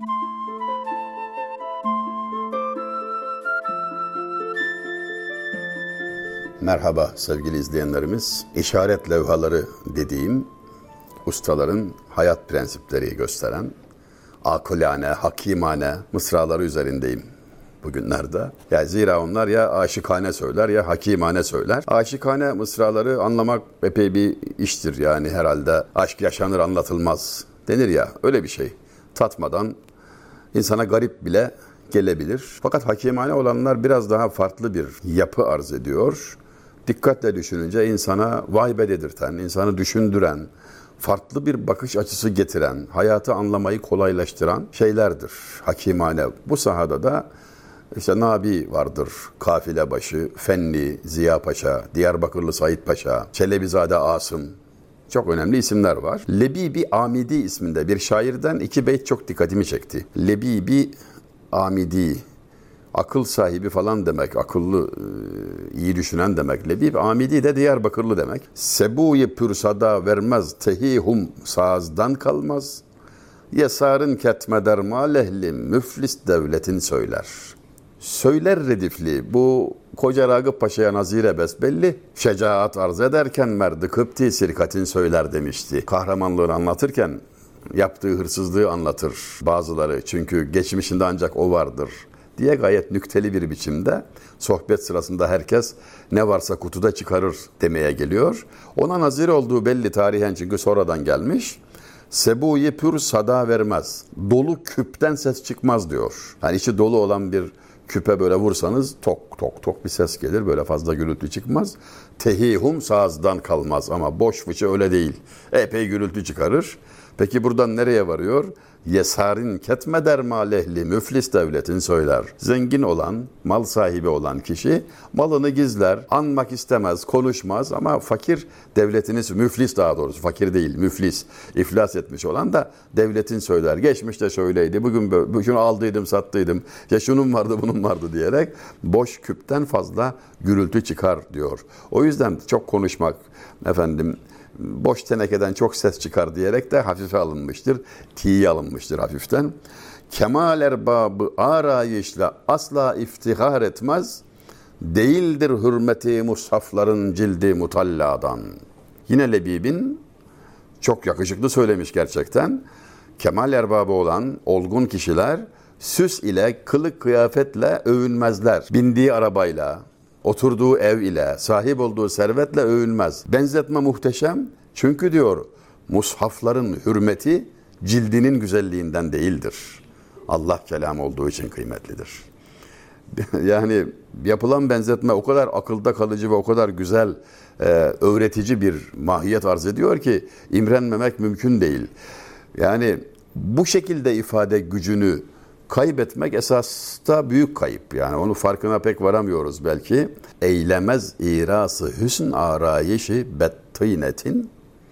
Merhaba sevgili izleyenlerimiz. İşaret levhaları dediğim ustaların hayat prensipleri gösteren akılane, hakimane mısraları üzerindeyim bugünlerde. Ya zira onlar ya aşıkane söyler ya hakimane söyler. Aşıkane mısraları anlamak epey bir iştir yani herhalde. Aşk yaşanır anlatılmaz denir ya, öyle bir şey. Tatmadan insana garip bile gelebilir. Fakat hakimane olanlar biraz daha farklı bir yapı arz ediyor. Dikkatle düşününce insana vay be dedirten, insanı düşündüren, farklı bir bakış açısı getiren, hayatı anlamayı kolaylaştıran şeylerdir hakimane. Bu sahada da işte Nabi vardır, kafile başı, Fenni, Ziya Paşa, Diyarbakırlı Said Paşa, Çelebizade Asım. Çok önemli isimler var. Lebibi Amidi isminde bir şairden 2 beyt çok dikkatimi çekti. Lebibi Amidi, akıl sahibi falan demek, akıllı, iyi düşünen demek. Lebib Amidi de Diyarbakırlı demek. Sebuyi pürsada vermez, tehihum sazdan kalmaz. Yesarın ketmeder malehli, müflis devletin söyler. Söyler redifli, bu Koca Ragıp Paşa'ya nazire besbelli, şecaat arz ederken merdi kıpti sirkatin söyler demişti. Kahramanlığını anlatırken yaptığı hırsızlığı anlatır bazıları. Çünkü geçmişinde ancak o vardır diye gayet nükteli bir biçimde sohbet sırasında herkes ne varsa kutuda çıkarır demeye geliyor. Ona nazir olduğu belli tarihen çünkü sonradan gelmiş. Sebuyi pür sada vermez. Dolu küpten ses çıkmaz diyor. Yani içi dolu olan bir küpe böyle vursanız tok tok tok bir ses gelir. Böyle fazla gürültü çıkmaz. Tehihum sazdan kalmaz ama boş fıçı öyle değil. Epey gürültü çıkarır. Peki buradan nereye varıyor? Yesarin ketmeder malehli müflis devletin söyler. Zengin olan, mal sahibi olan kişi malını gizler, anmak istemez, konuşmaz ama fakir devletiniz, müflis daha doğrusu fakir değil müflis, iflas etmiş olan da devletin söyler. Geçmişte şöyleydi, bugün şunu aldıydım sattıydım, ya şunun vardı bunun vardı diyerek boş küpten fazla gürültü çıkar diyor. O yüzden çok konuşmak boş tenekeden çok ses çıkar diyerek de hafife alınmıştır. Tiye alınmıştır hafiften. Kemal erbabı arayişle asla iftihar etmez. Değildir hürmeti mushafların cildi mutalladan. Yine Lebib'in çok yakışıklı söylemiş gerçekten. Kemal erbabı olan olgun kişiler süs ile, kılık kıyafetle övünmezler. Bindiği arabayla, oturduğu ev ile, sahip olduğu servetle övünmez. Benzetme muhteşem. Çünkü diyor, mushafların hürmeti cildinin güzelliğinden değildir. Allah kelamı olduğu için kıymetlidir. Yani yapılan benzetme o kadar akılda kalıcı ve o kadar güzel, öğretici bir mahiyet arz ediyor ki imrenmemek mümkün değil. Yani bu şekilde ifade gücünü kaybetmek esasda büyük kayıp. Yani onun farkına pek varamıyoruz belki. Eylemez irası hüsn arayişi bettinetin,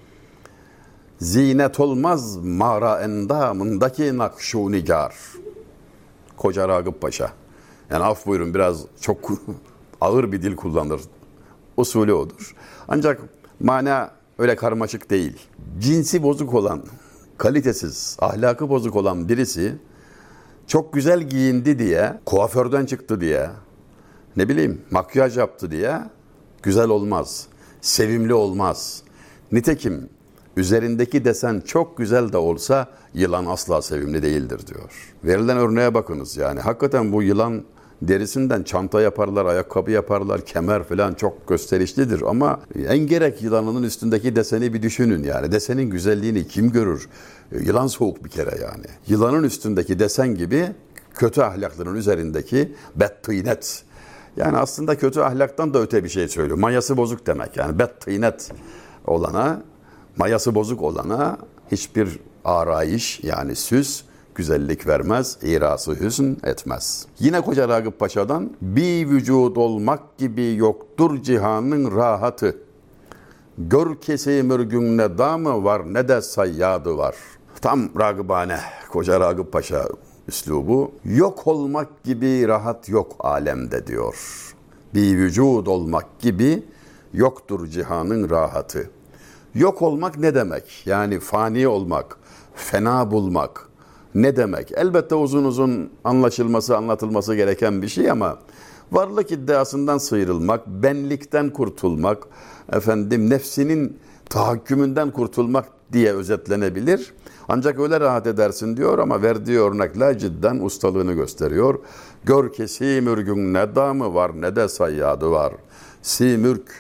zinet olmaz mağara endamındaki nakşu nigar. Koca Ragıp Paşa. Yani af buyurun biraz çok ağır bir dil kullanır. Usulü odur. Ancak mana öyle karmaşık değil. Cinsi bozuk olan, kalitesiz, ahlakı bozuk olan birisi çok güzel giyindi diye, kuaförden çıktı diye, makyaj yaptı diye güzel olmaz, sevimli olmaz. Nitekim üzerindeki desen çok güzel de olsa yılan asla sevimli değildir diyor. Verilen örneğe bakınız yani. Hakikaten bu yılan derisinden çanta yaparlar, ayakkabı yaparlar, kemer falan çok gösterişlidir ama en gerek yılanının üstündeki deseni bir düşünün yani. Desenin güzelliğini kim görür? Yılan soğuk bir kere yani. Yılanın üstündeki desen gibi kötü ahlakların üzerindeki bettinet. Yani aslında kötü ahlaktan da öte bir şey söylüyor. Mayası bozuk demek yani. Bettinet olana, mayası bozuk olana hiçbir arayiş yani süs, güzellik vermez, irası hüsn etmez. Yine Koca Ragıp Paşa'dan bir vücut olmak gibi yoktur cihanın rahatı. Gör kesim ürgün ne damı var ne de sayyadı var. Tam Ragıbane, Koca Ragıp Paşa üslubu. Yok olmak gibi rahat yok alemde diyor. Bir vücut olmak gibi yoktur cihanın rahatı. Yok olmak ne demek? Yani fani olmak, fena bulmak, ne demek? Elbette uzun uzun anlaşılması, anlatılması gereken bir şey ama varlık iddiasından sıyrılmak, benlikten kurtulmak, nefsinin tahakkümünden kurtulmak diye özetlenebilir. Ancak öyle rahat edersin diyor ama verdiği örnekler cidden ustalığını gösteriyor. Gör ki simürgün ne damı var ne de sayyadı var. Simürk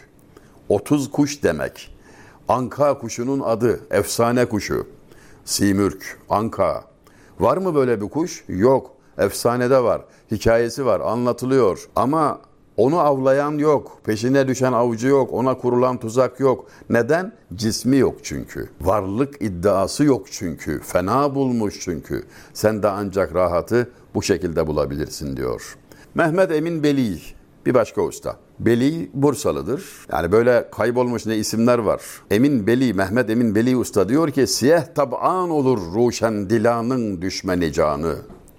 30 kuş demek. Anka kuşunun adı, efsane kuşu. Simürk, anka. Var mı böyle bir kuş? Yok. Efsanede var, hikayesi var, anlatılıyor. Ama onu avlayan yok, peşine düşen avcı yok, ona kurulan tuzak yok. Neden? Cismi yok çünkü. Varlık iddiası yok çünkü. Fena bulmuş çünkü. Sen de ancak rahatı bu şekilde bulabilirsin diyor. Mehmet Emin Beli, bir başka usta. Beli Bursalıdır. Yani böyle kaybolmuş ne isimler var. Emin Beli, Mehmet Emin Beli usta diyor ki, siyah tab'an olur ruşen dilanın düşmeni canı.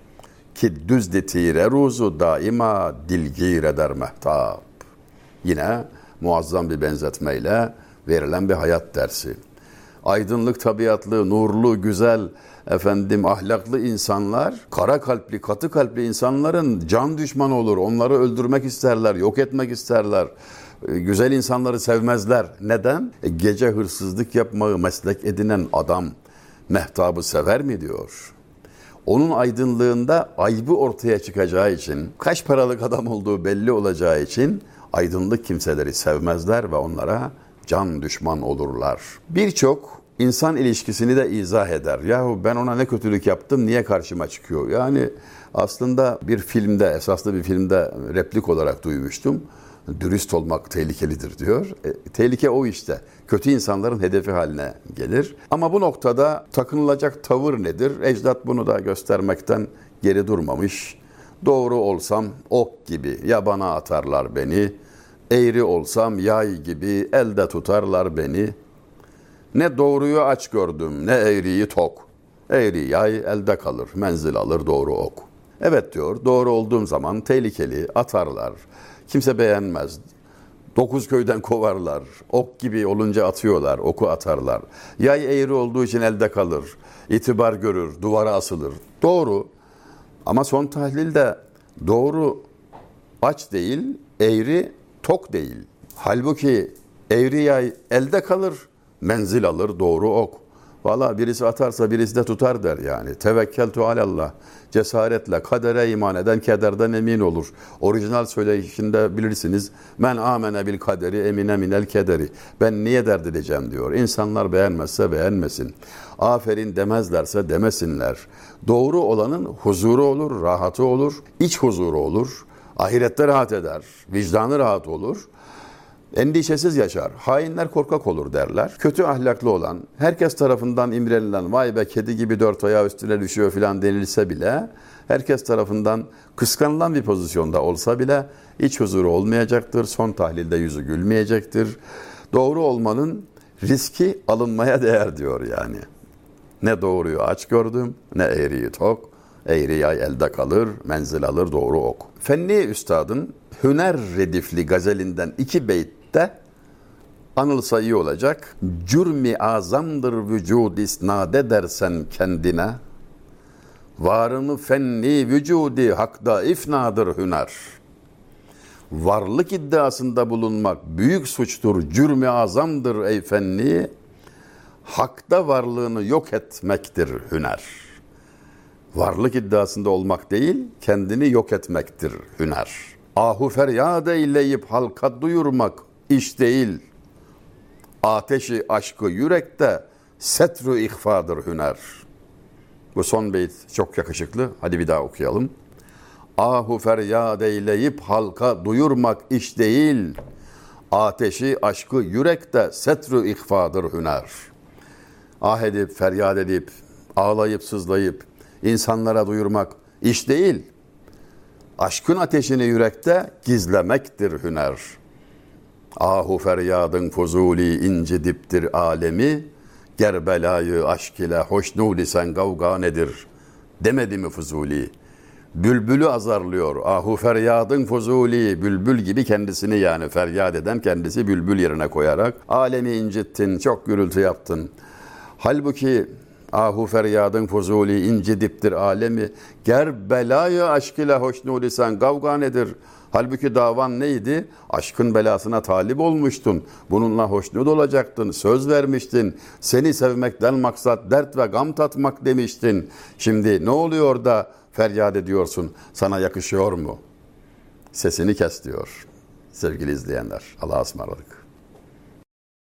Ki düzdi tire ruzu daima dilgir eder mehtap. Yine muazzam bir benzetmeyle verilen bir hayat dersi. Aydınlık tabiatlı, nurlu, güzel, ahlaklı insanlar, kara kalpli, katı kalpli insanların can düşmanı olur. Onları öldürmek isterler, yok etmek isterler. Güzel insanları sevmezler. Neden? Gece hırsızlık yapmayı meslek edinen adam mehtabı sever mi diyor. Onun aydınlığında aybı ortaya çıkacağı için, kaç paralık adam olduğu belli olacağı için aydınlık kimseleri sevmezler ve onlara can düşman olurlar. Birçok insan ilişkisini de izah eder. Yahu ben ona ne kötülük yaptım, niye karşıma çıkıyor? Yani aslında bir filmde, esaslı bir filmde replik olarak duymuştum. Dürüst olmak tehlikelidir diyor. Tehlike o işte. Kötü insanların hedefi haline gelir. Ama bu noktada takınılacak tavır nedir? Ecdat bunu da göstermekten geri durmamış. Doğru olsam ok gibi yabana atarlar beni. Eğri olsam yay gibi elde tutarlar beni. Ne doğruyu aç gördüm, ne eğriyi tok. Eğri yay elde kalır, menzil alır doğru ok. Evet diyor, doğru olduğum zaman tehlikeli, atarlar. Kimse beğenmez. 9 köyden kovarlar. Ok gibi olunca atıyorlar, oku atarlar. Yay eğri olduğu için elde kalır. İtibar görür, duvara asılır. Doğru. Ama son tahlilde doğru aç değil, eğri tok değil. Halbuki eğri yay elde kalır, menzil alır doğru ok. Valla birisi atarsa birisi de tutar der yani. Tevekkeltu alallah. Cesaretle kadere iman eden kederden emin olur. Orijinal söyleyişinde bilirsiniz. Men amene bil kaderi emine minel kederi. Ben niye dert edeceğim diyor. İnsanlar beğenmezse beğenmesin. Aferin demezlerse demesinler. Doğru olanın huzuru olur, rahatı olur, iç huzuru olur. Ahirette rahat eder, vicdanı rahat olur. Endişesiz yaşar. Hainler korkak olur derler. Kötü ahlaklı olan, herkes tarafından imrenilen, vay be kedi gibi 4 ayağı üstüne düşüyor filan denilse bile, herkes tarafından kıskanılan bir pozisyonda olsa bile iç huzuru olmayacaktır. Son tahlilde yüzü gülmeyecektir. Doğru olmanın riski alınmaya değer diyor yani. Ne doğruyu aç gördüm, ne eğriyi tok. Eğri yay elde kalır, menzil alır doğru ok. Fenni Üstad'ın Hüner Redifli gazelinden 2 beytte anılsa iyi olacak. Cürmi azamdır vücud isnad edersen kendine. Varını fenni vücudi hakda ifnadır hüner. Varlık iddiasında bulunmak büyük suçtur, cürmi azamdır ey fenni. Hakta varlığını yok etmektir hüner. Varlık iddiasında olmak değil, kendini yok etmektir hüner. Ahu feryat eyleyip halka duyurmak iş değil. Ateşi aşkı yürekte setru ihfadır hüner. Bu son beyt çok yakışıklı. Hadi bir daha okuyalım. Ahu feryat eyleyip halka duyurmak iş değil. Ateşi aşkı yürekte setru ihfadır hüner. Ah edip, feryat edip, ağlayıp, sızlayıp, insanlara duyurmak iş değil. Aşkın ateşini yürekte gizlemektir hüner. Ahu feryadın fuzuli incidiptir alemi, gerbelayı aşk ile hoşnud isen kavga nedir? Demedi mi Fuzuli? Bülbülü azarlıyor. Ahu feryadın fuzuli, bülbül gibi kendisini yani feryat eden kendisi bülbül yerine koyarak alemi incittin, çok gürültü yaptın. Halbuki Ahu feryadın fuzuli incidiptir alemi. Ger belayı aşk ile hoşnulisan kavga nedir? Halbuki davan neydi? Aşkın belasına talip olmuştun. Bununla hoşnut olacaktın. Söz vermiştin. Seni sevmekten maksat dert ve gam tatmak demiştin. Şimdi ne oluyor da feryat ediyorsun? Sana yakışıyor mu? Sesini kes diyor. Sevgili izleyenler. Allah'a ısmarladık.